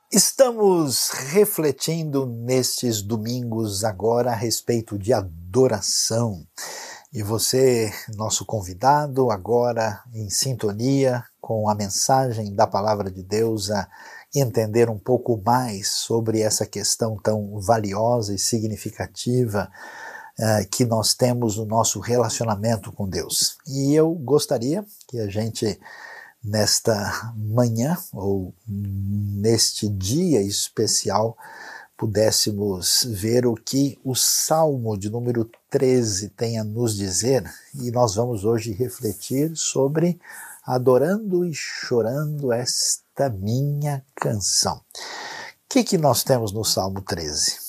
Estamos refletindo nestes domingos agora a respeito de adoração. E você, nosso convidado, agora em sintonia com a mensagem da Palavra de Deus, a entender um pouco mais sobre essa questão tão valiosa e significativa que nós temos no nosso relacionamento com Deus. E eu gostaria que a gente, nesta manhã, ou neste dia especial, pudéssemos ver o que o Salmo de número 13 tem a nos dizer, e nós vamos hoje refletir sobre adorando e chorando esta minha canção. O que nós temos no Salmo 13?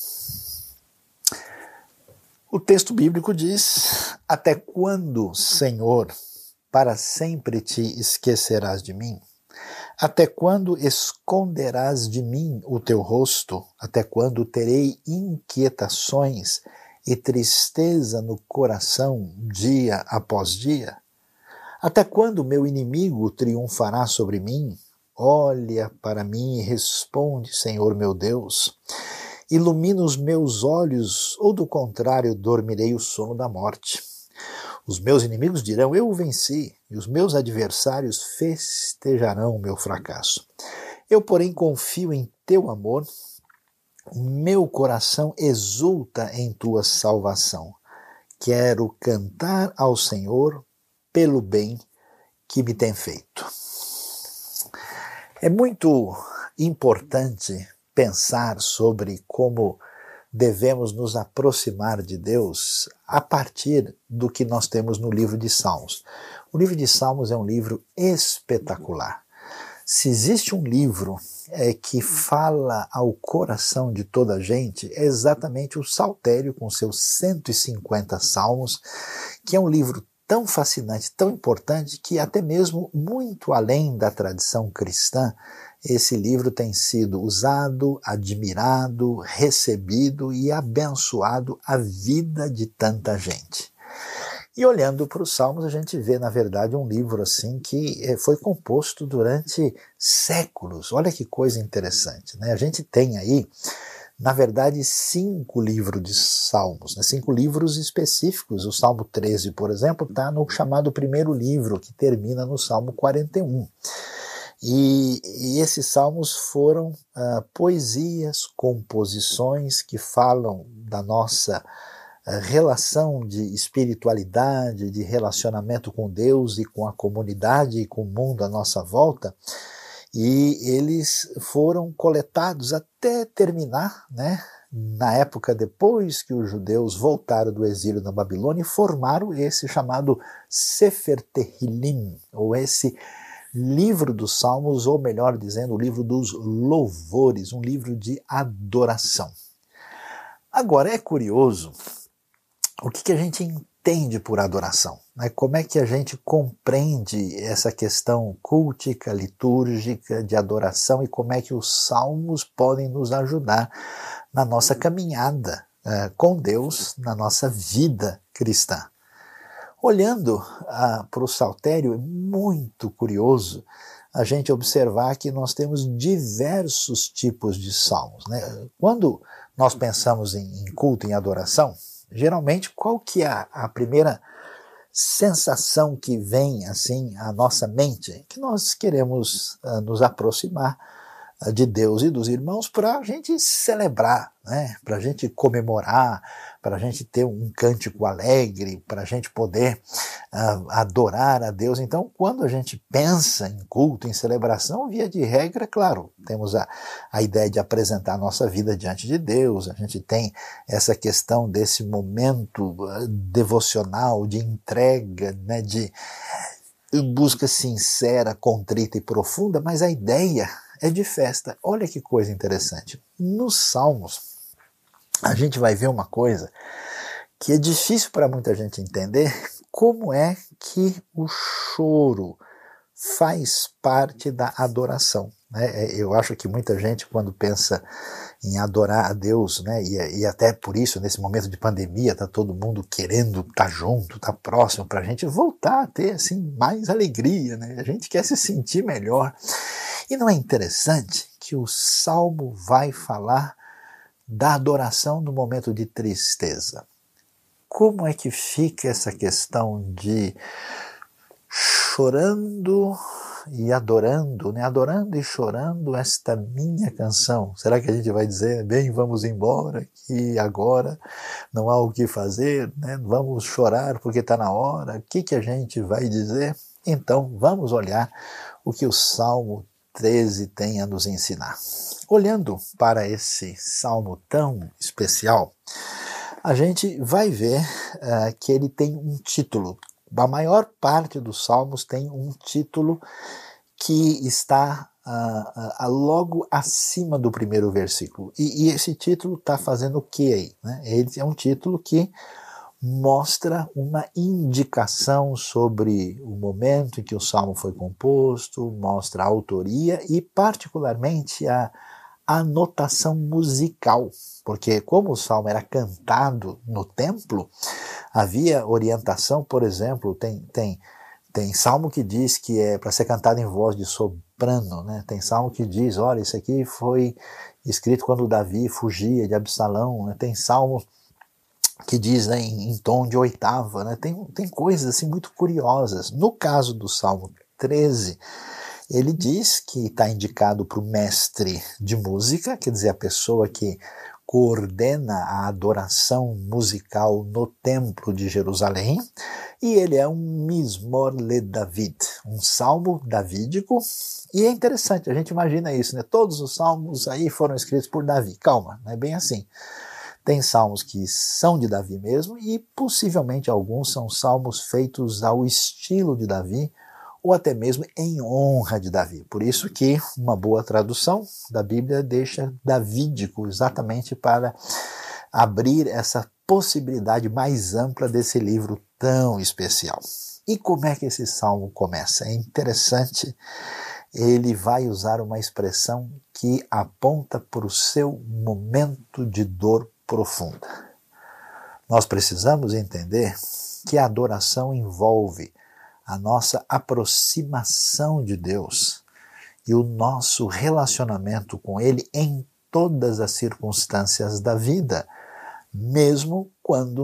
O texto bíblico diz: até quando, Senhor, para sempre te esquecerás de mim? Até quando esconderás de mim o teu rosto? Até quando terei inquietações e tristeza no coração dia após dia? Até quando meu inimigo triunfará sobre mim? Olha para mim e responde, Senhor meu Deus. Ilumina os meus olhos, ou do contrário, dormirei o sono da morte. Os meus inimigos dirão, eu o venci, e os meus adversários festejarão o meu fracasso. Eu, porém, confio em teu amor, meu coração exulta em tua salvação. Quero cantar ao Senhor pelo bem que me tem feito. É muito importante pensar sobre como devemos nos aproximar de Deus a partir do que nós temos no livro de Salmos. O livro de Salmos é um livro espetacular. Se existe um livro que fala ao coração de toda a gente, é exatamente o Saltério, com seus 150 salmos, que é um livro tão fascinante, tão importante, que até mesmo muito além da tradição cristã, esse livro tem sido usado, admirado, recebido e abençoado a vida de tanta gente. E olhando para os Salmos, a gente vê, na verdade, um livro assim que foi composto durante séculos. Olha que coisa interessante, né? A gente tem aí, na verdade, 5 livros de Salmos, né? 5 livros específicos. O Salmo 13, por exemplo, está no chamado primeiro livro, que termina no Salmo 41. E esses salmos foram poesias, composições que falam da nossa relação de espiritualidade, de relacionamento com Deus e com a comunidade e com o mundo à nossa volta. E eles foram coletados até terminar, né, na época depois que os judeus voltaram do exílio na Babilônia e formaram esse chamado Sefer Tehillim, ou esse livro dos Salmos, ou melhor dizendo, o livro dos louvores, um livro de adoração. Agora, é curioso o que a gente entende por adoração, né? Como é que a gente compreende essa questão cultica, litúrgica, de adoração, e como é que os Salmos podem nos ajudar na nossa caminhada com Deus, na nossa vida cristã. Olhando para o Saltério, é muito curioso a gente observar que nós temos diversos tipos de salmos, né? Quando nós pensamos em culto, em adoração, geralmente qual que é a primeira sensação que vem assim à nossa mente? Que nós queremos nos aproximar de Deus e dos irmãos para a gente celebrar, né? Para a gente comemorar, para a gente ter um cântico alegre, para a gente poder adorar a Deus. Então, quando a gente pensa em culto, em celebração, via de regra, claro, temos a ideia de apresentar a nossa vida diante de Deus, a gente tem essa questão desse momento devocional, de entrega, né, de busca sincera, contrita e profunda, mas a ideia é de festa. Olha que coisa interessante. Nos Salmos, a gente vai ver uma coisa que é difícil para muita gente entender, como é que o choro faz parte da adoração, né? Eu acho que muita gente, quando pensa em adorar a Deus, né, e até por isso, nesse momento de pandemia, está todo mundo querendo estar junto, estar próximo, para a gente voltar a ter assim, mais alegria, né? A gente quer se sentir melhor. E não é interessante que o Salmo vai falar da adoração no momento de tristeza? Como é que fica essa questão de chorando e adorando, né? Adorando e chorando esta minha canção? Será que a gente vai dizer, bem, vamos embora, que agora não há o que fazer, né? Vamos chorar porque está na hora? O que a gente vai dizer? Então, vamos olhar o que o Salmo 13 tem a nos ensinar. Olhando para esse salmo tão especial, a gente vai ver que ele tem um título. A maior parte dos salmos tem um título que está logo acima do primeiro versículo. E esse título está fazendo o que aí? Né? Ele é um título que mostra uma indicação sobre o momento em que o salmo foi composto, mostra a autoria e particularmente a anotação musical, porque como o salmo era cantado no templo, havia orientação, por exemplo, tem salmo que diz que é para ser cantado em voz de soprano, né? Tem salmo que diz, olha, isso aqui foi escrito quando Davi fugia de Absalão, né? Tem salmo que diz, né, em tom de oitava, né? Tem coisas assim muito curiosas. No caso do Salmo 13, ele diz que está indicado para o mestre de música, quer dizer, a pessoa que coordena a adoração musical no templo de Jerusalém, e ele é um Mismor le David, um salmo davídico, e é interessante, a gente imagina isso, né? Todos os salmos aí foram escritos por Davi. Calma, não é bem assim. Tem salmos que são de Davi mesmo e possivelmente alguns são salmos feitos ao estilo de Davi ou até mesmo em honra de Davi. Por isso que uma boa tradução da Bíblia deixa davídico exatamente para abrir essa possibilidade mais ampla desse livro tão especial. E como é que esse salmo começa? É interessante, ele vai usar uma expressão que aponta para o seu momento de dor profunda. Nós precisamos entender que a adoração envolve a nossa aproximação de Deus e o nosso relacionamento com Ele em todas as circunstâncias da vida, mesmo quando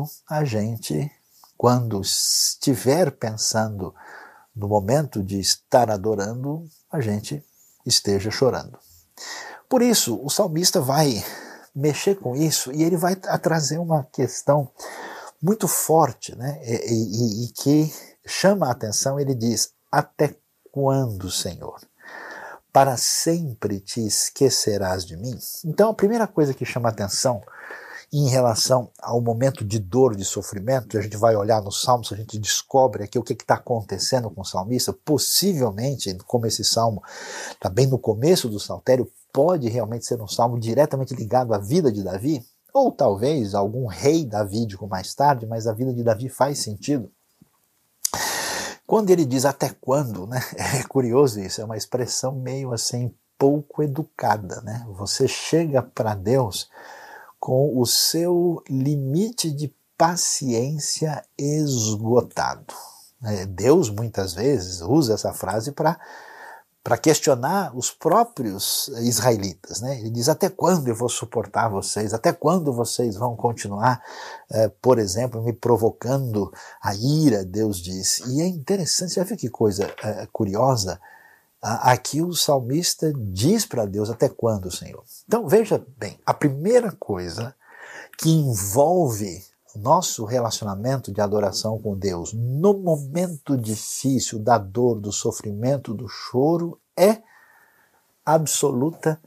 estiver pensando no momento de estar adorando, a gente esteja chorando. Por isso, o salmista vai mexer com isso e ele vai trazer uma questão muito forte, né? E que chama a atenção. Ele diz, até quando, Senhor? Para sempre te esquecerás de mim? Então a primeira coisa que chama a atenção em relação ao momento de dor, de sofrimento, a gente vai olhar nos salmos, a gente descobre aqui o que está acontecendo com o salmista. Possivelmente, como esse salmo está bem no começo do saltério, pode realmente ser um salmo diretamente ligado à vida de Davi, ou talvez algum rei davídico mais tarde, mas a vida de Davi faz sentido. Quando ele diz até quando, né? É curioso isso, é uma expressão meio assim, pouco educada, né? Você chega para Deus com o seu limite de paciência esgotado. Deus muitas vezes usa essa frase para questionar os próprios israelitas, né? Ele diz, até quando eu vou suportar vocês? Até quando vocês vão continuar, por exemplo, me provocando a ira, Deus diz. E é interessante, já viu que coisa curiosa? Aqui o salmista diz para Deus, até quando, Senhor? Então veja bem, a primeira coisa que envolve o nosso relacionamento de adoração com Deus no momento difícil da dor, do sofrimento, do choro, é absoluta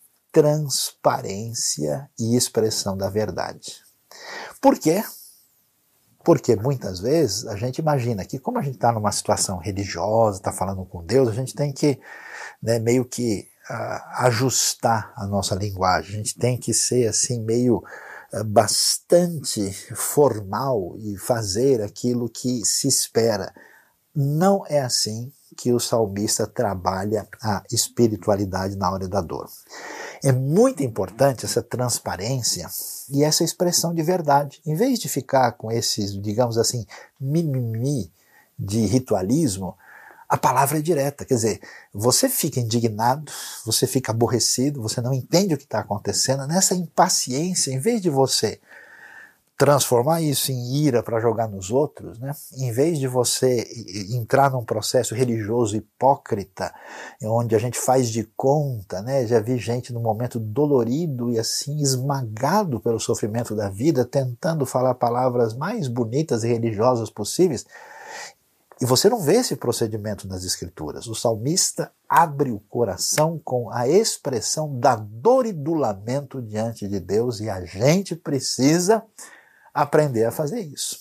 transparência e expressão da verdade. Por quê? Porque muitas vezes a gente imagina que como a gente está numa situação religiosa, está falando com Deus, a gente tem que meio que ajustar a nossa linguagem, a gente tem que ser assim meio bastante formal e fazer aquilo que se espera. Não é assim que o salmista trabalha a espiritualidade na hora da dor. É muito importante essa transparência e essa expressão de verdade. Em vez de ficar com esses, digamos assim, mimimi de ritualismo, a palavra é direta. Quer dizer, você fica indignado, você fica aborrecido, você não entende o que está acontecendo. Nessa impaciência, em vez de você transformar isso em ira para jogar nos outros, né? Em vez de você entrar num processo religioso hipócrita, onde a gente faz de conta, né? Já vi gente num momento dolorido e assim esmagado pelo sofrimento da vida, tentando falar palavras mais bonitas e religiosas possíveis, e você não vê esse procedimento nas Escrituras. O salmista abre o coração com a expressão da dor e do lamento diante de Deus, e a gente precisa aprender a fazer isso.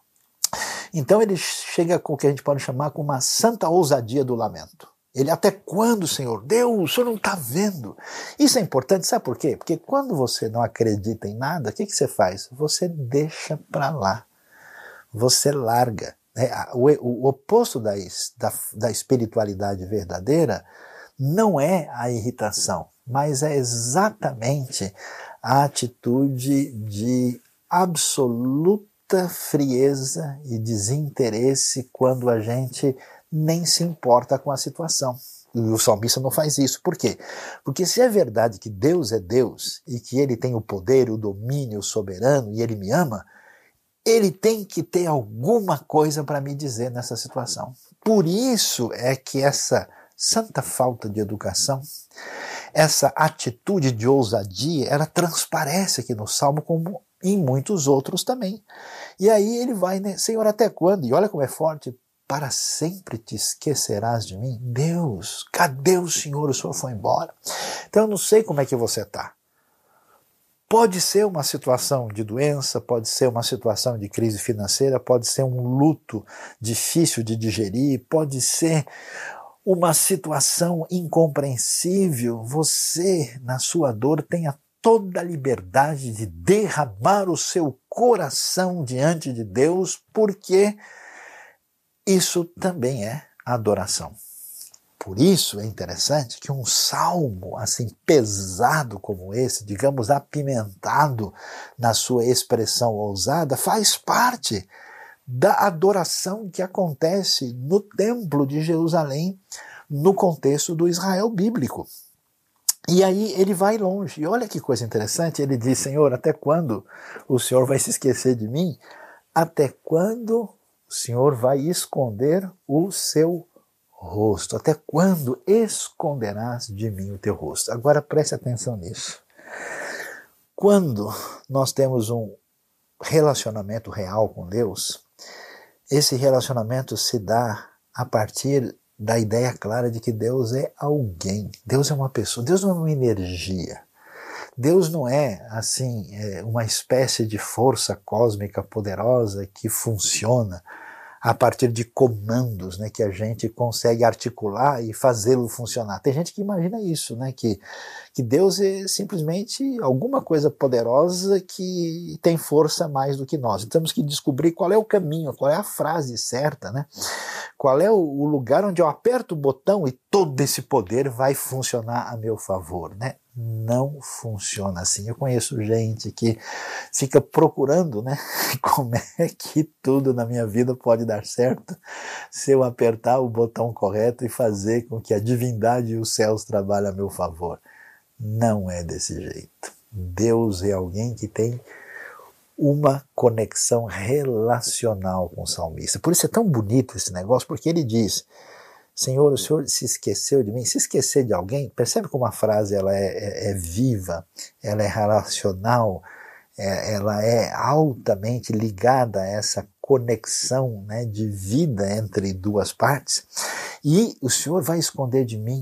Então ele chega com o que a gente pode chamar com uma santa ousadia do lamento. Ele, até quando, Senhor? Deus, o Senhor não está vendo. Isso é importante, sabe por quê? Porque quando você não acredita em nada, o que você faz? Você deixa para lá. Você larga. O oposto da espiritualidade verdadeira não é a irritação, mas é exatamente a atitude de absoluta frieza e desinteresse quando a gente nem se importa com a situação. E o salmista não faz isso. Por quê? Porque se é verdade que Deus é Deus e que Ele tem o poder, o domínio soberano e Ele me ama, Ele tem que ter alguma coisa para me dizer nessa situação. Por isso é que essa santa falta de educação, essa atitude de ousadia, ela transparece aqui no Salmo como em muitos outros também. E aí ele vai, né? Senhor, até quando? E olha como é forte. Para sempre te esquecerás de mim? Deus, cadê o Senhor? O Senhor foi embora. Então eu não sei como é que você está. Pode ser uma situação de doença, pode ser uma situação de crise financeira, pode ser um luto difícil de digerir, pode ser uma situação incompreensível. Você, na sua dor, tenha toda a liberdade de derramar o seu coração diante de Deus, porque isso também é adoração. Por isso é interessante que um salmo assim pesado como esse, digamos apimentado na sua expressão ousada, faz parte da adoração que acontece no templo de Jerusalém, no contexto do Israel bíblico. E aí ele vai longe. E olha que coisa interessante, ele diz, Senhor, até quando o Senhor vai se esquecer de mim? Até quando o Senhor vai esconder o seu rosto? Até quando esconderás de mim o teu rosto? Agora preste atenção nisso. Quando nós temos um relacionamento real com Deus, esse relacionamento se dá a partir da ideia clara de que Deus é alguém, Deus é uma pessoa, Deus não é uma energia, Deus não é assim uma espécie de força cósmica poderosa que funciona a partir de comandos, né, que a gente consegue articular e fazê-lo funcionar. Tem gente que imagina isso, né, que Deus é simplesmente alguma coisa poderosa que tem força mais do que nós. Temos que descobrir qual é o caminho, qual é a frase certa, né? Qual é o lugar onde eu aperto o botão e todo esse poder vai funcionar a meu favor, né? Não funciona assim. Eu conheço gente que fica procurando, né, como é que tudo na minha vida pode dar certo se eu apertar o botão correto e fazer com que a divindade e os céus trabalhem a meu favor. Não é desse jeito. Deus é alguém que tem uma conexão relacional com o salmista. Por isso é tão bonito esse negócio, porque ele diz, Senhor, o Senhor se esqueceu de mim. Se esquecer de alguém, percebe como a frase ela é viva, ela é relacional, ela é altamente ligada a essa conexão, né, de vida entre duas partes. E o Senhor vai esconder de mim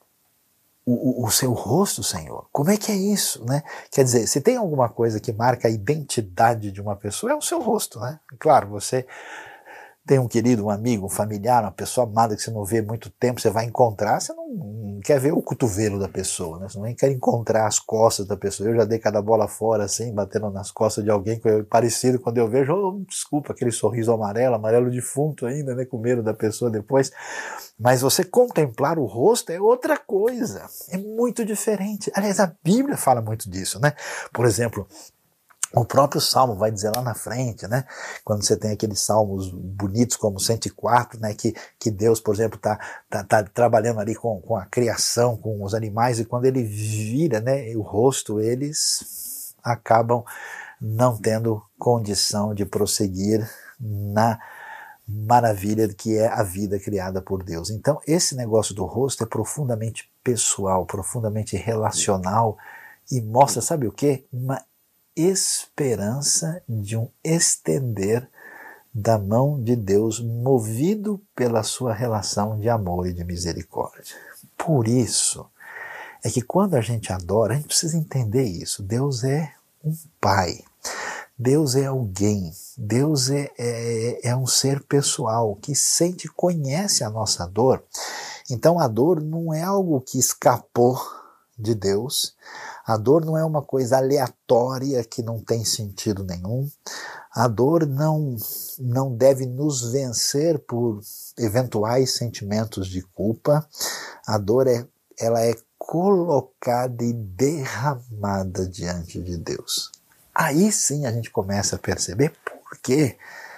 o seu rosto, Senhor. Como é que é isso, né? Quer dizer, se tem alguma coisa que marca a identidade de uma pessoa, é o seu rosto, né? Claro, você tem um querido, um amigo, um familiar, uma pessoa amada que você não vê há muito tempo, você vai encontrar, você não quer ver o cotovelo da pessoa, né? Você não quer encontrar as costas da pessoa. Eu já dei cada bola fora, assim, batendo nas costas de alguém parecido, quando eu vejo, desculpa, aquele sorriso amarelo, amarelo defunto ainda, né? Com medo da pessoa depois. Mas você contemplar o rosto é outra coisa, é muito diferente. Aliás, a Bíblia fala muito disso, né? Por exemplo, o próprio Salmo vai dizer lá na frente, né? Quando você tem aqueles salmos bonitos como 104, né? Que Deus, por exemplo, tá trabalhando ali com a criação, com os animais, e quando ele vira, né, o rosto, eles acabam não tendo condição de prosseguir na maravilha que é a vida criada por Deus. Então, esse negócio do rosto é profundamente pessoal, profundamente relacional, e mostra, sabe o quê? Uma esperança de um estender da mão de Deus, movido pela sua relação de amor e de misericórdia. Por isso é que quando a gente adora, a gente precisa entender isso. Deus é um pai, Deus é alguém, Deus é um ser pessoal que sente e conhece a nossa dor. Então a dor não é algo que escapou de Deus. A dor não é uma coisa aleatória que não tem sentido nenhum. A dor não deve nos vencer por eventuais sentimentos de culpa. A dor ela é colocada e derramada diante de Deus. Aí sim a gente começa a perceber por que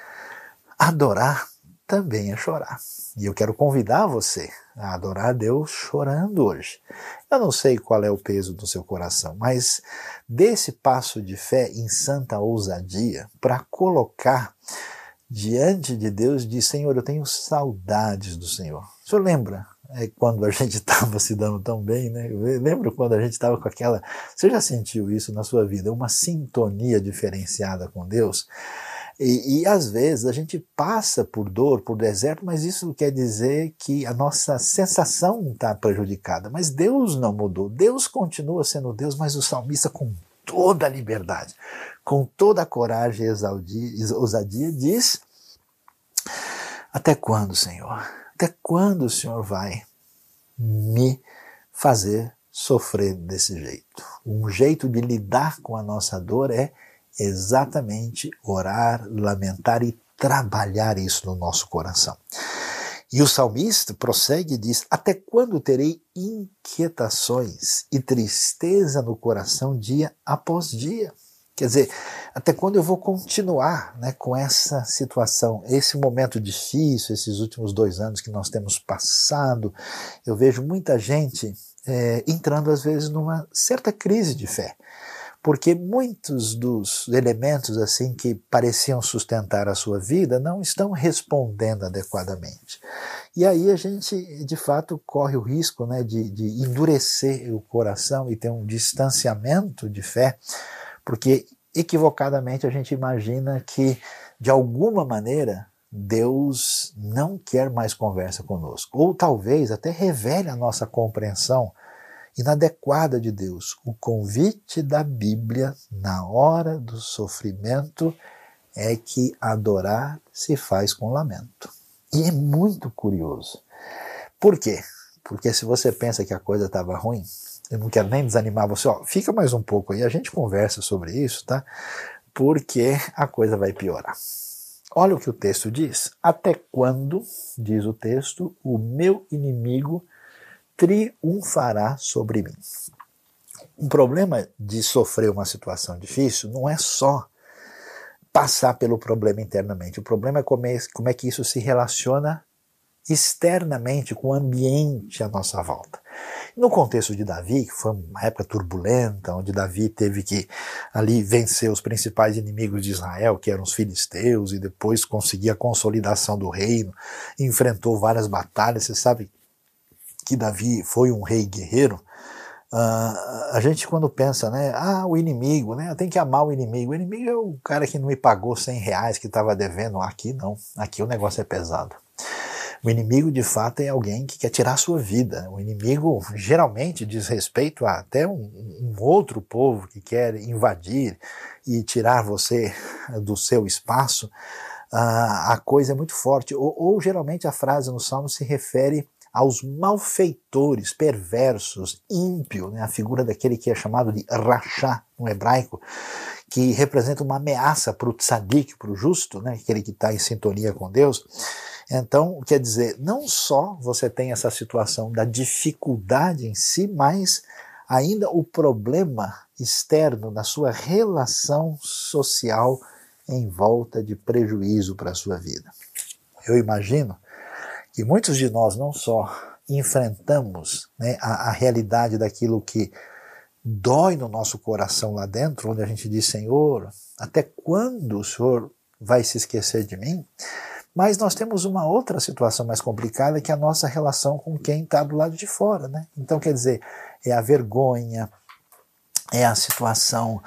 adorar também é chorar. E eu quero convidar você a adorar a Deus chorando hoje. Eu não sei qual é o peso do seu coração, mas desse passo de fé em santa ousadia para colocar diante de Deus e dizer: Senhor, eu tenho saudades do Senhor. O senhor lembra quando a gente estava se dando tão bem, né? Lembra quando a gente estava com aquela... Você já sentiu isso na sua vida? Uma sintonia diferenciada com Deus? E às vezes a gente passa por dor, por deserto, mas isso quer dizer que a nossa sensação está prejudicada. Mas Deus não mudou, Deus continua sendo Deus, mas o salmista, com toda a liberdade, com toda a coragem e ousadia, diz: até quando, Senhor? Até quando o Senhor vai me fazer sofrer desse jeito? Um jeito de lidar com a nossa dor é exatamente orar, lamentar e trabalhar isso no nosso coração. E o salmista prossegue e diz: até quando terei inquietações e tristeza no coração dia após dia? Quer dizer, até quando eu vou continuar, né, com essa situação, esse momento difícil, esses últimos 2 anos que nós temos passado? Eu vejo muita gente entrando às vezes numa certa crise de fé, porque muitos dos elementos assim que pareciam sustentar a sua vida não estão respondendo adequadamente. E aí a gente, de fato, corre o risco, né, de endurecer o coração e ter um distanciamento de fé, porque equivocadamente a gente imagina que, de alguma maneira, Deus não quer mais conversa conosco. Ou talvez até revele a nossa compreensão inadequada de Deus. O convite da Bíblia na hora do sofrimento é que adorar se faz com lamento. E é muito curioso. Por quê? Porque se você pensa que a coisa estava ruim, eu não quero nem desanimar você, fica mais um pouco aí, a gente conversa sobre isso, tá? Porque a coisa vai piorar. Olha o que o texto diz. Até quando, diz o texto, o meu inimigo triunfará sobre mim? O problema de sofrer uma situação difícil não é só passar pelo problema internamente. O problema é como é que isso se relaciona externamente com o ambiente à nossa volta. No contexto de Davi, que foi uma época turbulenta, onde Davi teve que ali vencer os principais inimigos de Israel, que eram os filisteus, e depois conseguir a consolidação do reino, enfrentou várias batalhas. Você sabe que Davi foi um rei guerreiro. A gente, quando pensa, né, o inimigo, né, tem que amar o inimigo. O inimigo é o cara que não me pagou R$100 que estava devendo. Aqui não, aqui o negócio é pesado. O inimigo, de fato, é alguém que quer tirar a sua vida. O inimigo geralmente diz respeito a até um outro povo que quer invadir e tirar você do seu espaço. a coisa é muito forte. Ou geralmente a frase no Salmo se refere aos malfeitores, perversos, ímpio, né? A figura daquele que é chamado de rachá no hebraico, que representa uma ameaça para o tzadik, para o justo, né? Aquele que está em sintonia com Deus. Então, quer dizer, não só você tem essa situação da dificuldade em si, mas ainda o problema externo na sua relação social em volta de prejuízo para a sua vida. Eu imagino que muitos de nós não só enfrentamos, né, a realidade daquilo que dói no nosso coração lá dentro, onde a gente diz, Senhor, até quando o Senhor vai se esquecer de mim? Mas nós temos uma outra situação mais complicada, que é a nossa relação com quem está do lado de fora, né? Então, quer dizer, é a vergonha, é a situação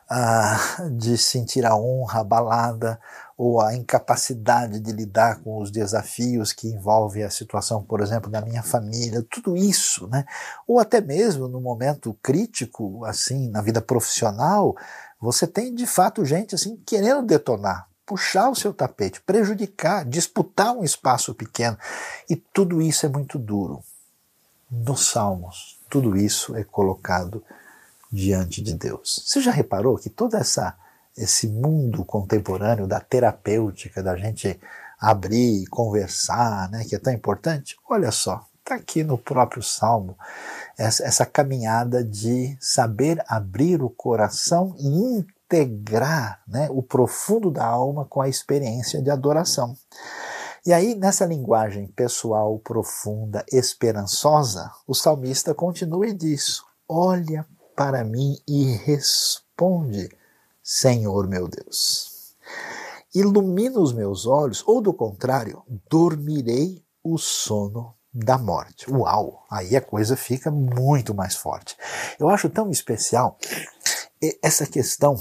de sentir a honra abalada, ou a incapacidade de lidar com os desafios que envolvem a situação, por exemplo, da minha família, tudo isso, né? Ou até mesmo no momento crítico, assim, na vida profissional, você tem de fato gente assim querendo detonar, puxar o seu tapete, prejudicar, disputar um espaço pequeno, e tudo isso é muito duro. Nos Salmos, tudo isso é colocado diante de Deus. Você já reparou que todo esse mundo contemporâneo da terapêutica, da gente abrir e conversar, né, que é tão importante? Olha só, está aqui no próprio Salmo, essa caminhada de saber abrir o coração e integrar, né, o profundo da alma com a experiência de adoração. E aí, nessa linguagem pessoal, profunda, esperançosa, o salmista continua e diz, olha para mim e responde, Senhor meu Deus. Ilumina os meus olhos, ou do contrário, dormirei o sono da morte. Uau! Aí a coisa fica muito mais forte. Eu acho tão especial essa questão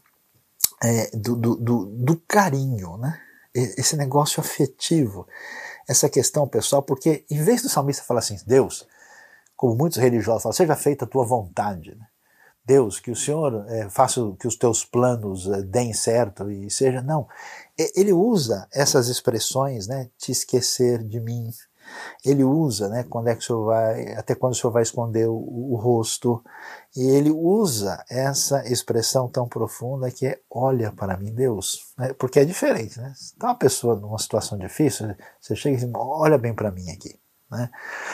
do carinho, né? Esse negócio afetivo, essa questão pessoal, porque em vez do salmista falar assim, Deus, como muitos religiosos falam, seja feita a tua vontade, né? Deus, que o Senhor faça que os teus planos deem certo e seja, não. Ele usa essas expressões, né, te esquecer de mim. Ele usa, né, até quando o Senhor vai esconder o rosto. E ele usa essa expressão tão profunda que é, olha para mim, Deus. Porque é diferente, né? Se está uma pessoa numa situação difícil, você chega e diz, olha bem para mim aqui, né?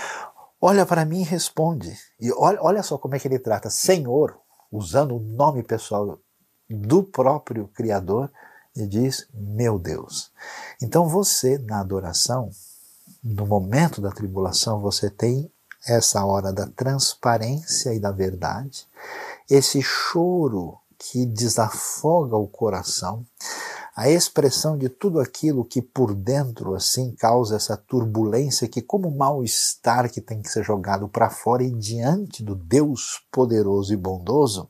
Olha para mim e responde. E olha só como é que ele trata Senhor, usando o nome pessoal do próprio Criador, e diz, meu Deus. Então você, na adoração, no momento da tribulação, você tem essa hora da transparência e da verdade, esse choro que desafoga o coração, a expressão de tudo aquilo que por dentro assim causa essa turbulência que como mal-estar que tem que ser jogado para fora e diante do Deus poderoso e bondoso.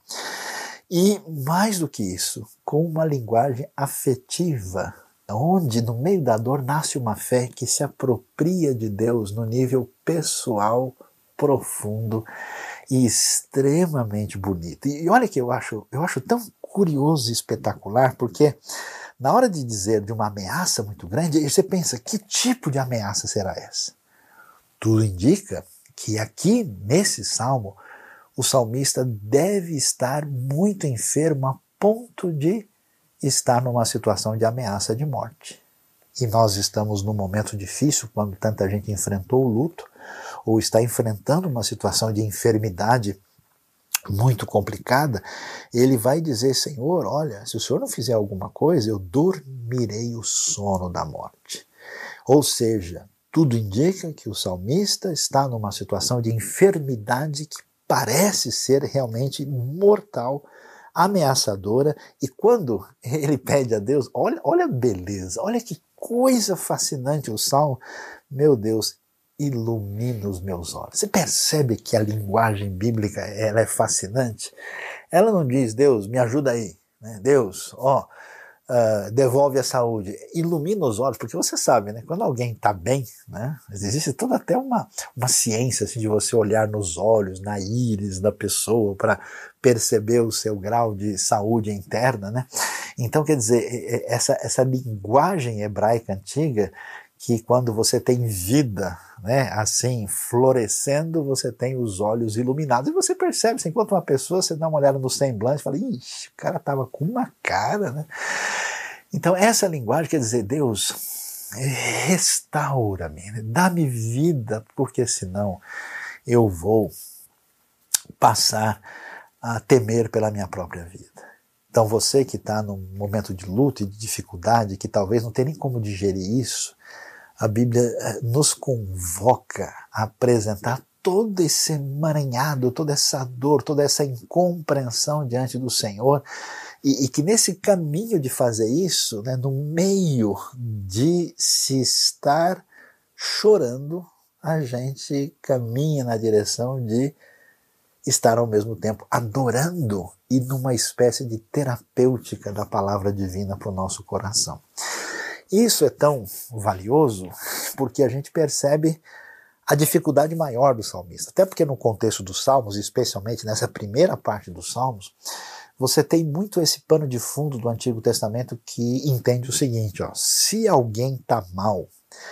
E mais do que isso, com uma linguagem afetiva, onde no meio da dor nasce uma fé que se apropria de Deus no nível pessoal, profundo e extremamente bonito. E olha que eu acho tão curioso e espetacular, porque na hora de dizer de uma ameaça muito grande, você pensa, que tipo de ameaça será essa? Tudo indica que aqui, nesse salmo, o salmista deve estar muito enfermo a ponto de estar numa situação de ameaça de morte. E nós estamos num momento difícil, quando tanta gente enfrentou o luto, ou está enfrentando uma situação de enfermidade muito complicada, ele vai dizer, Senhor, olha, se o Senhor não fizer alguma coisa, eu dormirei o sono da morte. Ou seja, tudo indica que o salmista está numa situação de enfermidade que parece ser realmente mortal, ameaçadora, e quando ele pede a Deus, olha a beleza, olha que coisa fascinante o salmo, meu Deus, ilumina os meus olhos. Você percebe que a linguagem bíblica ela é fascinante? Ela não diz, Deus, me ajuda aí, né? Deus, devolve a saúde, ilumina os olhos, porque você sabe, né, quando alguém está bem, né, existe toda até uma ciência assim, de você olhar nos olhos, na íris da pessoa, para perceber o seu grau de saúde interna, né? Então, quer dizer, essa linguagem hebraica antiga, que quando você tem vida, né, assim, florescendo, você tem os olhos iluminados, e você percebe, assim, enquanto uma pessoa, você dá uma olhada no semblante e fala, ixi, o cara tava com uma cara, né? Então essa linguagem quer dizer, Deus, restaura-me, dá-me vida, porque senão eu vou passar a temer pela minha própria vida. Então você que está num momento de luta e de dificuldade, que talvez não tenha nem como digerir isso, a Bíblia nos convoca a apresentar todo esse emaranhado, toda essa dor, toda essa incompreensão diante do Senhor, e que nesse caminho de fazer isso, né, no meio de se estar chorando, a gente caminha na direção de estar ao mesmo tempo adorando e numa espécie de terapêutica da palavra divina para o nosso coração. Isso é tão valioso porque a gente percebe a dificuldade maior do salmista. Até porque no contexto dos salmos, especialmente nessa primeira parte dos salmos, você tem muito esse pano de fundo do Antigo Testamento que entende o seguinte, ó, se alguém está mal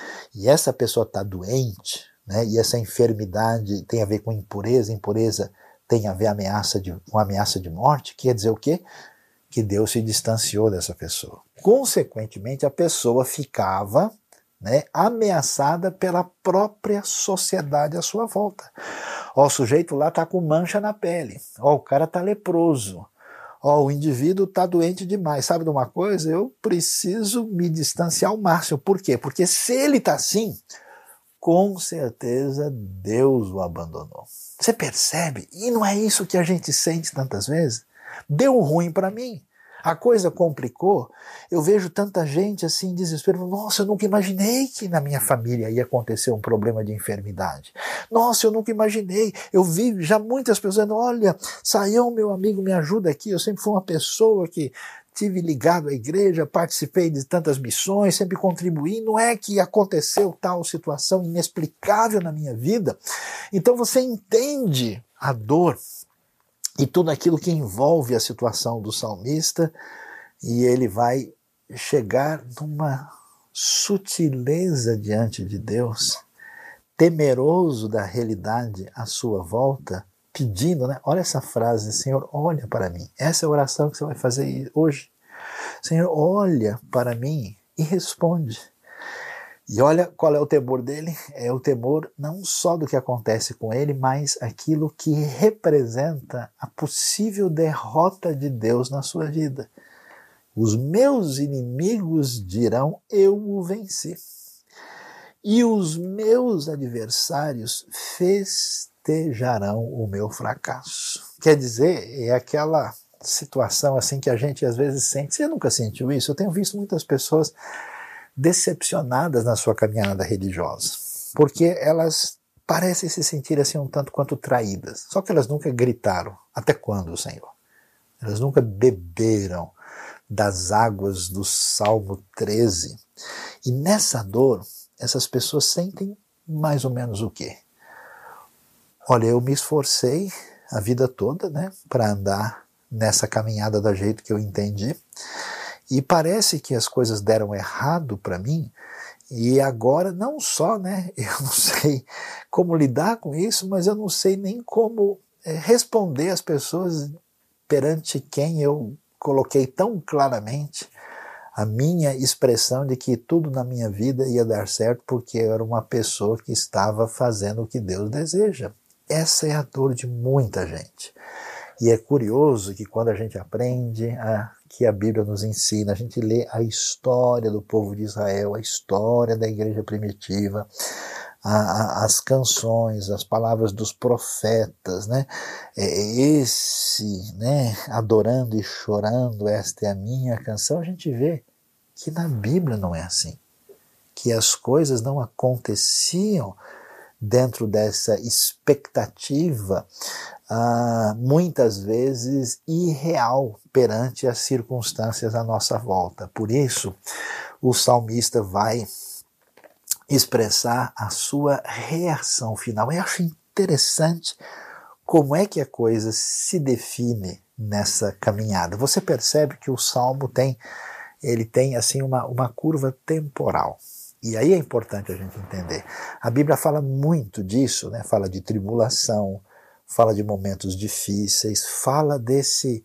e essa pessoa está doente, né, e essa enfermidade tem a ver com impureza, impureza tem a ver com ameaça de morte, quer dizer o quê? Que Deus se distanciou dessa pessoa. Consequentemente, a pessoa ficava, né, ameaçada pela própria sociedade à sua volta. Ó, o sujeito lá está com mancha na pele, ó, o cara está leproso, ó, o indivíduo está doente demais. Sabe de uma coisa? Eu preciso me distanciar ao máximo. Por quê? Porque se ele está assim, com certeza Deus o abandonou. Você percebe? E não é isso que a gente sente tantas vezes? Deu ruim para mim. A coisa complicou, eu vejo tanta gente assim em desespero, nossa, eu nunca imaginei que na minha família ia acontecer um problema de enfermidade. Nossa, eu nunca imaginei, eu vi já muitas pessoas dizendo, olha, Saião, meu amigo, me ajuda aqui, eu sempre fui uma pessoa que tive ligado à igreja, participei de tantas missões, sempre contribuí, não é que aconteceu tal situação inexplicável na minha vida. Então você entende a dor e tudo aquilo que envolve a situação do salmista, e ele vai chegar numa sutileza diante de Deus, temeroso da realidade à sua volta, pedindo, né? Olha essa frase, Senhor, olha para mim. Essa é a oração que você vai fazer hoje. Senhor, olha para mim e responde. E olha qual é o temor dele, é o temor não só do que acontece com ele, mas aquilo que representa a possível derrota de Deus na sua vida. Os meus inimigos dirão, eu o venci. E os meus adversários festejarão o meu fracasso. Quer dizer, é aquela situação assim que a gente às vezes sente. Você nunca sentiu isso? Eu tenho visto muitas pessoas decepcionadas na sua caminhada religiosa, porque elas parecem se sentir assim um tanto quanto traídas, só que elas nunca gritaram, até quando, Senhor? Elas nunca beberam das águas do Salmo 13, e nessa dor, essas pessoas sentem mais ou menos o quê? Olha, eu me esforcei a vida toda, né, para andar nessa caminhada do jeito que eu entendi, e parece que as coisas deram errado para mim, e agora não só, né, eu não sei como lidar com isso, mas eu não sei nem como responder às pessoas perante quem eu coloquei tão claramente a minha expressão de que tudo na minha vida ia dar certo porque eu era uma pessoa que estava fazendo o que Deus deseja. Essa é a dor de muita gente. E é curioso que quando a gente aprende que a Bíblia nos ensina, a gente lê a história do povo de Israel, a história da igreja primitiva, as canções, as palavras dos profetas, né? Né, adorando e chorando, esta é a minha canção, a gente vê que na Bíblia não é assim, que as coisas não aconteciam dentro dessa expectativa, muitas vezes irreal perante as circunstâncias à nossa volta. Por isso, o salmista vai expressar a sua reação final. Eu acho interessante como é que a coisa se define nessa caminhada. Você percebe que o Salmo tem assim uma curva temporal. E aí é importante a gente entender. A Bíblia fala muito disso, né? Fala de tribulação, fala de momentos difíceis, fala desse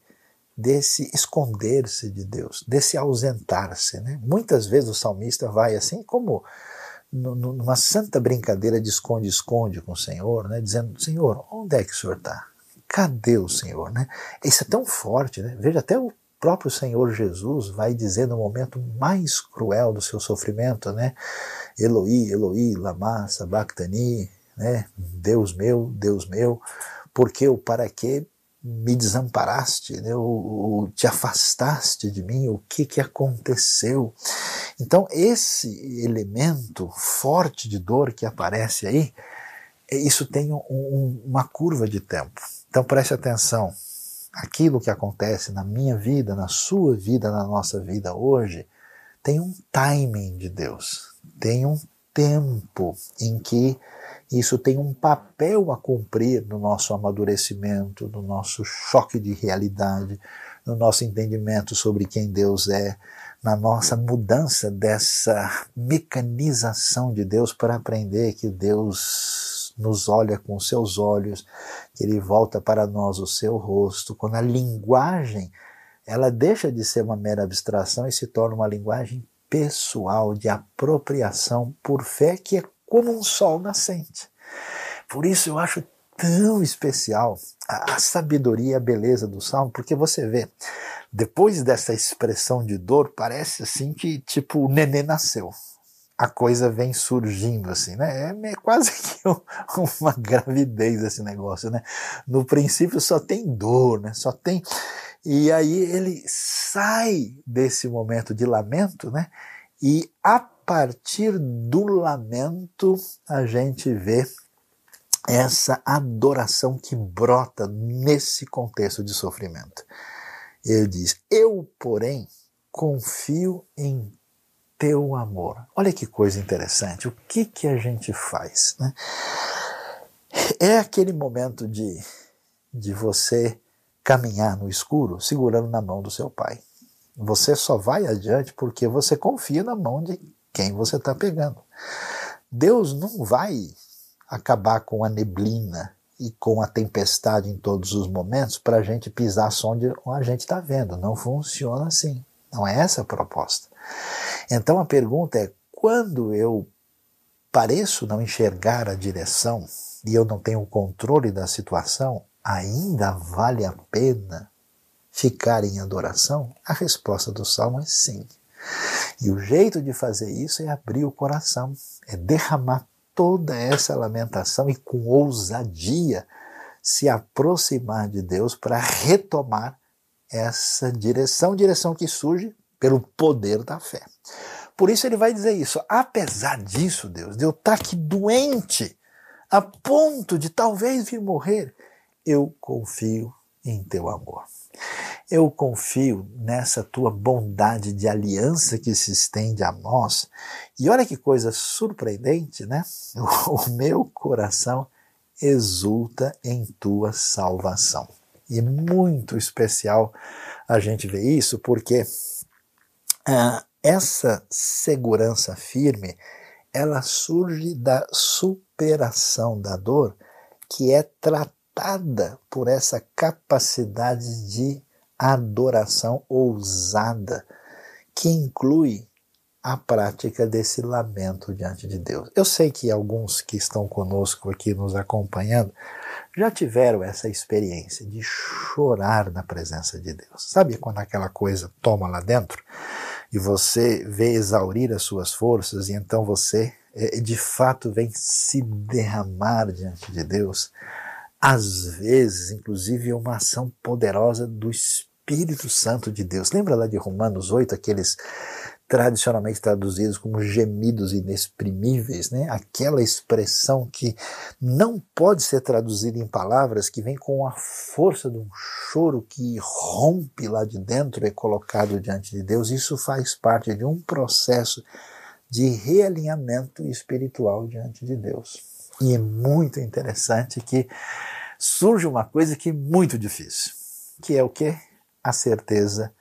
esconder-se de Deus, desse ausentar-se, né? Muitas vezes o salmista vai assim como numa santa brincadeira de esconde-esconde com o Senhor, né? Dizendo: Senhor, onde é que o Senhor está? Cadê o Senhor? Né? Isso é tão forte, né? Veja, até o próprio Senhor Jesus vai dizer no momento mais cruel do seu sofrimento, né? Eloi, Eloi, lama sabachthani, né? Deus meu, por que ou para que me desamparaste, né? Ou te afastaste de mim? O que aconteceu? Então esse elemento forte de dor que aparece aí, isso tem uma curva de tempo. Então preste atenção, aquilo que acontece na minha vida, na sua vida, na nossa vida hoje, tem um timing de Deus, tem um tempo em que isso tem um papel a cumprir no nosso amadurecimento, no nosso choque de realidade, no nosso entendimento sobre quem Deus é, na nossa mudança dessa mecanização de Deus para aprender que Deus nos olha com os seus olhos, que Ele volta para nós o seu rosto, quando a linguagem ela deixa de ser uma mera abstração e se torna uma linguagem pessoal de apropriação por fé, que é como um sol nascente. Por isso eu acho tão especial a sabedoria e a beleza do Salmo, porque você vê, depois dessa expressão de dor, parece assim que tipo o nenê nasceu. A coisa vem surgindo assim, né? É quase que uma gravidez esse negócio, né? No princípio só tem dor, né? Só tem... E aí ele sai desse momento de lamento, né? E a partir do lamento a gente vê essa adoração que brota nesse contexto de sofrimento. Ele diz: eu, porém, confio em teu amor. Olha que coisa interessante. O que a gente faz, né? É aquele momento de você caminhar no escuro segurando na mão do seu pai. Você só vai adiante porque você confia na mão de quem você está pegando. Deus não vai acabar com a neblina e com a tempestade em todos os momentos para a gente pisar só onde a gente está vendo. Não funciona assim. Não é essa a proposta. Então a pergunta é: quando eu pareço não enxergar a direção e eu não tenho o controle da situação, ainda vale a pena ficar em adoração? A resposta do Salmo é sim. E o jeito de fazer isso é abrir o coração, é derramar toda essa lamentação e com ousadia se aproximar de Deus para retomar essa direção que surge pelo poder da fé. Por isso ele vai dizer isso: apesar disso, Deus, de eu estar aqui doente, a ponto de talvez vir morrer, eu confio em teu amor. Eu confio nessa tua bondade de aliança que se estende a nós. E olha que coisa surpreendente, né? O meu coração exulta em tua salvação. E é muito especial a gente ver isso, porque essa segurança firme, ela surge da superação da dor, que é tratada por essa capacidade de adoração ousada, que inclui a prática desse lamento diante de Deus. Eu sei que alguns que estão conosco aqui nos acompanhando já tiveram essa experiência de chorar na presença de Deus. Sabe quando aquela coisa toma lá dentro e você vê exaurir as suas forças e então você de fato vem se derramar diante de Deus? Às vezes, inclusive, é uma ação poderosa do Espírito Santo de Deus. Lembra lá de Romanos 8, aqueles tradicionalmente traduzidos como gemidos inexprimíveis, né? Aquela expressão que não pode ser traduzida em palavras, que vem com a força de um choro que rompe lá de dentro e é colocado diante de Deus. Isso faz parte de um processo de realinhamento espiritual diante de Deus. E é muito interessante que surge uma coisa que é muito difícil, que é o quê? A certeza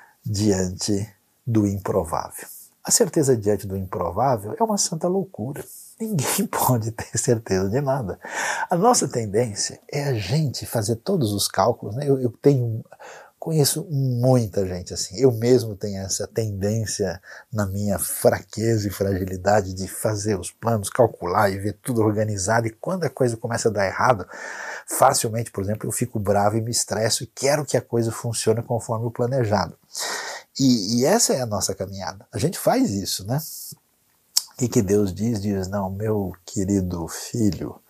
diante do improvável. A certeza diante do improvável é uma santa loucura. Ninguém pode ter certeza de nada. A nossa tendência é a gente fazer todos os cálculos, né? Eu conheço muita gente assim. Eu mesmo tenho essa tendência na minha fraqueza e fragilidade de fazer os planos, calcular e ver tudo organizado. E quando a coisa começa a dar errado, facilmente, por exemplo, eu fico bravo e me estresso e quero que a coisa funcione conforme o planejado. E essa é a nossa caminhada. A gente faz isso, né? O que Deus diz? Diz, não, meu querido filho,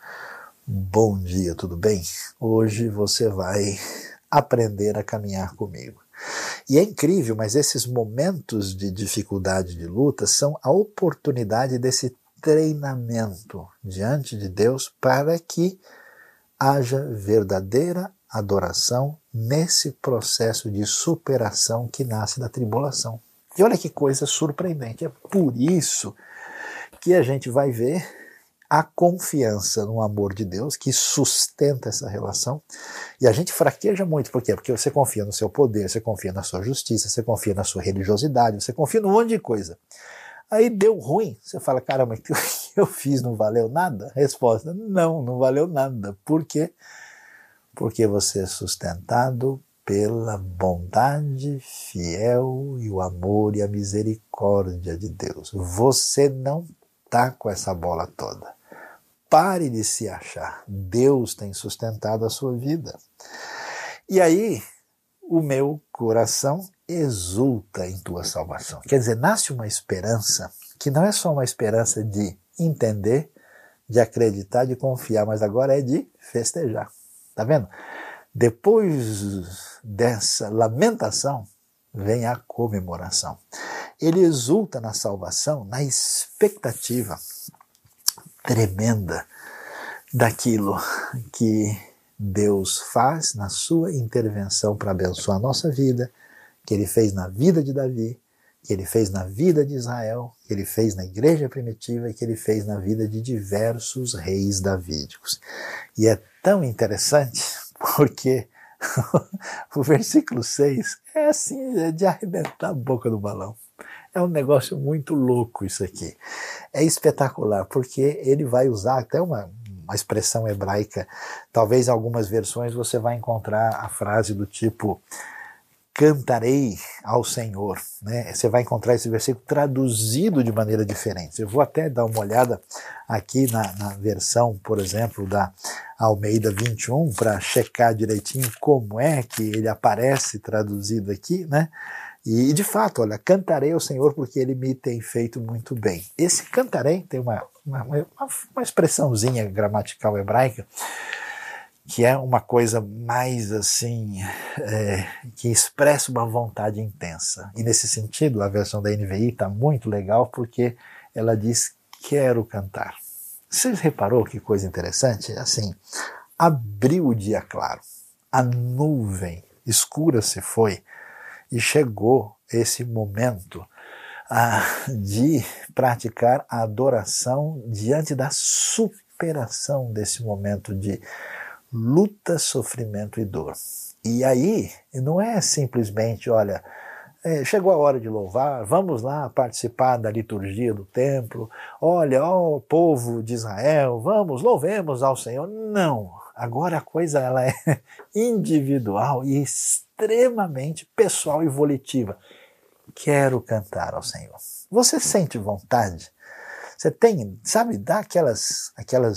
bom dia, tudo bem? Hoje você vai aprender a caminhar comigo. E é incrível, mas esses momentos de dificuldade, de luta, são a oportunidade desse treinamento diante de Deus para que haja verdadeira adoração nesse processo de superação que nasce da tribulação. E olha que coisa surpreendente, é por isso que a gente vai ver a confiança no amor de Deus que sustenta essa relação, e a gente fraqueja muito, por quê? Porque você confia no seu poder, você confia na sua justiça, você confia na sua religiosidade, você confia num monte de coisa. Aí deu ruim, você fala, caramba, o que eu fiz não valeu nada? Resposta, não valeu nada. Por quê? Porque você é sustentado pela bondade fiel e o amor e a misericórdia de Deus. Você não está com essa bola toda. Pare de se achar. Deus tem sustentado a sua vida. E aí, o meu coração exulta em tua salvação. Quer dizer, nasce uma esperança que não é só uma esperança de entender, de acreditar, de confiar, mas agora é de festejar. Tá vendo? Depois dessa lamentação, vem a comemoração. Ele exulta na salvação, na expectativa tremenda daquilo que Deus faz na sua intervenção para abençoar a nossa vida, que Ele fez na vida de Davi, que Ele fez na vida de Israel, que Ele fez na igreja primitiva e que Ele fez na vida de diversos reis davídicos. E é tão interessante porque o versículo 6 é assim, é de arrebentar a boca do balão. É um negócio muito louco isso aqui. É espetacular, porque ele vai usar até uma expressão hebraica. Talvez em algumas versões você vai encontrar a frase do tipo cantarei ao Senhor, né? Você vai encontrar esse versículo traduzido de maneira diferente. Eu vou até dar uma olhada aqui na versão, por exemplo, da Almeida 21, para checar direitinho como é que ele aparece traduzido aqui, né? E de fato, olha, cantarei ao Senhor porque Ele me tem feito muito bem. Esse cantarei tem uma expressãozinha gramatical hebraica que é uma coisa mais assim, que expressa uma vontade intensa. E nesse sentido, a versão da NVI está muito legal porque ela diz, quero cantar. Você reparou que coisa interessante? Assim, abriu o dia claro, a nuvem escura se foi e chegou esse momento de praticar a adoração diante da superação desse momento de luta, sofrimento e dor. E aí, não é simplesmente, olha, chegou a hora de louvar, vamos lá participar da liturgia do templo, olha, ó povo de Israel, vamos, louvemos ao Senhor. Não, agora a coisa ela é individual e extremamente pessoal e volitiva. Quero cantar ao Senhor. Você sente vontade Você tem, sabe, dá aquelas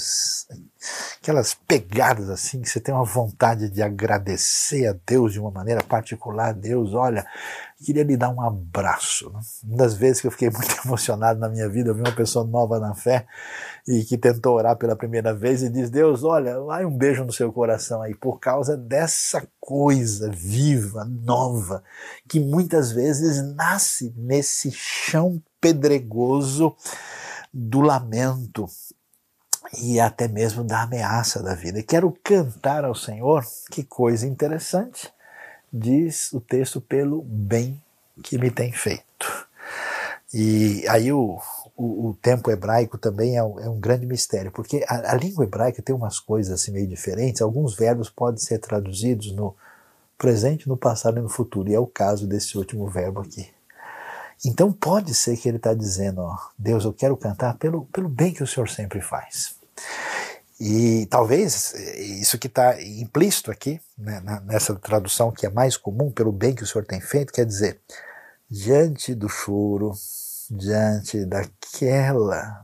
pegadas assim, que você tem uma vontade de agradecer a Deus de uma maneira particular. Deus, olha, queria lhe dar um abraço. Né? Uma das vezes que eu fiquei muito emocionado na minha vida, eu vi uma pessoa nova na fé e que tentou orar pela primeira vez e diz, Deus, olha, vai um beijo no seu coração aí, por causa dessa coisa viva, nova, que muitas vezes nasce nesse chão pedregoso do lamento e até mesmo da ameaça da vida. E quero cantar ao Senhor, que coisa interessante, diz o texto, pelo bem que me tem feito. E aí o tempo hebraico também é um grande mistério, porque a língua hebraica tem umas coisas assim meio diferentes. Alguns verbos podem ser traduzidos no presente, no passado e no futuro, e é o caso desse último verbo aqui. Então pode ser que ele está dizendo, ó, Deus, eu quero cantar pelo bem que o Senhor sempre faz. E talvez isso que está implícito aqui, né, nessa tradução que é mais comum, pelo bem que o Senhor tem feito, quer dizer, diante do choro, diante daquela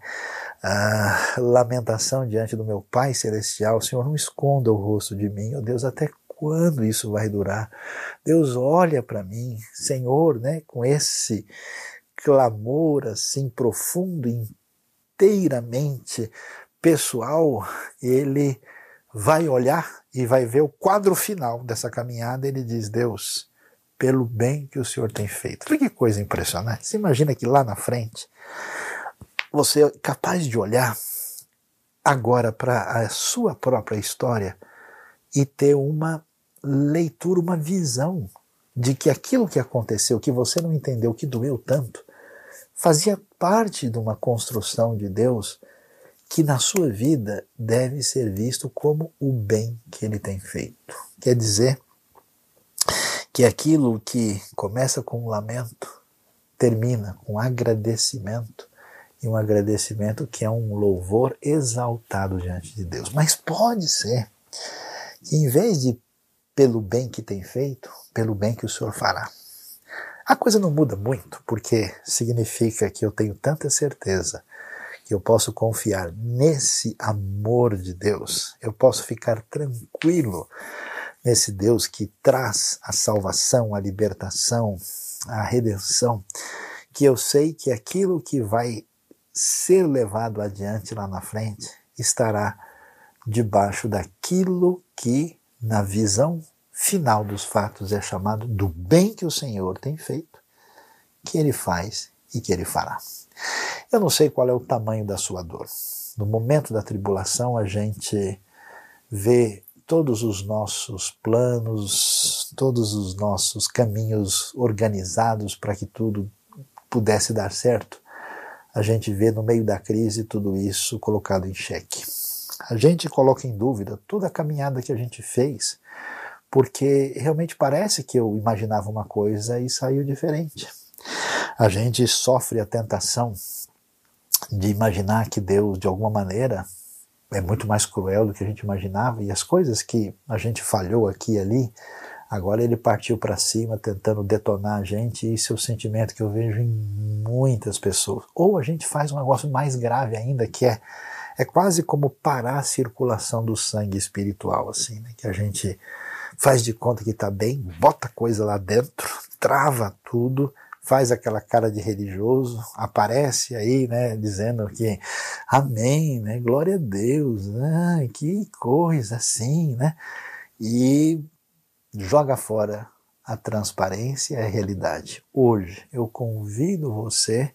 lamentação diante do meu Pai Celestial, Senhor, não esconda o rosto de mim, ó Deus, até quando isso vai durar? Deus, olha para mim, Senhor, né, com esse clamor assim profundo, inteiramente pessoal, ele vai olhar e vai ver o quadro final dessa caminhada. Ele diz, Deus, pelo bem que o Senhor tem feito. Olha que coisa impressionante. Você imagina que lá na frente você é capaz de olhar agora para a sua própria história e ter uma leitura, uma visão de que aquilo que aconteceu, que você não entendeu, que doeu tanto, fazia parte de uma construção de Deus que na sua vida deve ser visto como o bem que ele tem feito. Quer dizer que aquilo que começa com um lamento termina com agradecimento, e um agradecimento que é um louvor exaltado diante de Deus. Mas pode ser que em vez de pelo bem que tem feito, pelo bem que o Senhor fará. A coisa não muda muito, porque significa que eu tenho tanta certeza que eu posso confiar nesse amor de Deus, eu posso ficar tranquilo nesse Deus que traz a salvação, a libertação, a redenção, que eu sei que aquilo que vai ser levado adiante lá na frente estará debaixo daquilo que, na visão final dos fatos, é chamado do bem que o Senhor tem feito, que Ele faz e que Ele fará. Eu não sei qual é o tamanho da sua dor. No momento da tribulação, a gente vê todos os nossos planos, todos os nossos caminhos organizados para que tudo pudesse dar certo. A gente vê no meio da crise tudo isso colocado em xeque. A gente coloca em dúvida toda a caminhada que a gente fez, porque realmente parece que eu imaginava uma coisa e saiu diferente. A gente sofre a tentação de imaginar que Deus, de alguma maneira, é muito mais cruel do que a gente imaginava, e as coisas que a gente falhou aqui e ali, agora ele partiu para cima tentando detonar a gente, e esse é o sentimento que eu vejo em muitas pessoas. Ou a gente faz um negócio mais grave ainda, que é quase como parar a circulação do sangue espiritual, assim, né? Que a gente faz de conta que está bem, bota coisa lá dentro, trava tudo, faz aquela cara de religioso, aparece aí, né, dizendo que amém, né, glória a Deus, que coisa assim, né, e joga fora a transparência e a realidade. Hoje eu convido você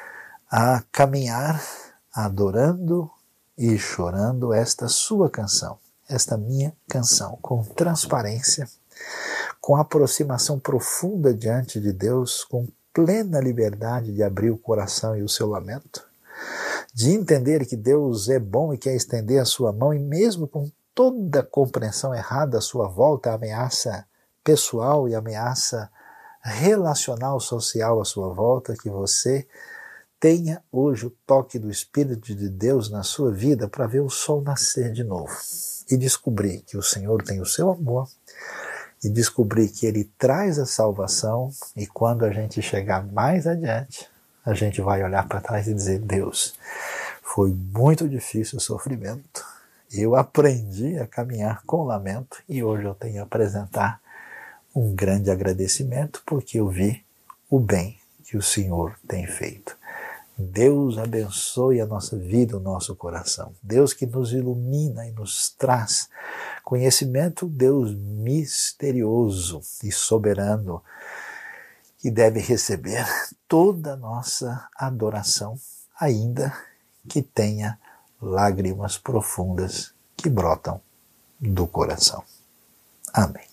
a caminhar adorando e chorando esta sua canção, esta minha canção, com transparência, com aproximação profunda diante de Deus, com plena liberdade de abrir o coração e o seu lamento, de entender que Deus é bom e quer estender a sua mão, e mesmo com toda a compreensão errada à sua volta, a ameaça pessoal e a ameaça relacional, social à sua volta, que você tenha hoje o toque do Espírito de Deus na sua vida para ver o sol nascer de novo e descobrir que o Senhor tem o seu amor, e descobrir que Ele traz a salvação, e quando a gente chegar mais adiante, a gente vai olhar para trás e dizer: Deus, foi muito difícil o sofrimento, eu aprendi a caminhar com lamento e hoje eu tenho a apresentar um grande agradecimento porque eu vi o bem que o Senhor tem feito. Deus abençoe a nossa vida, o nosso coração. Deus que nos ilumina e nos traz conhecimento, Deus misterioso e soberano, que deve receber toda a nossa adoração, ainda que tenha lágrimas profundas que brotam do coração. Amém.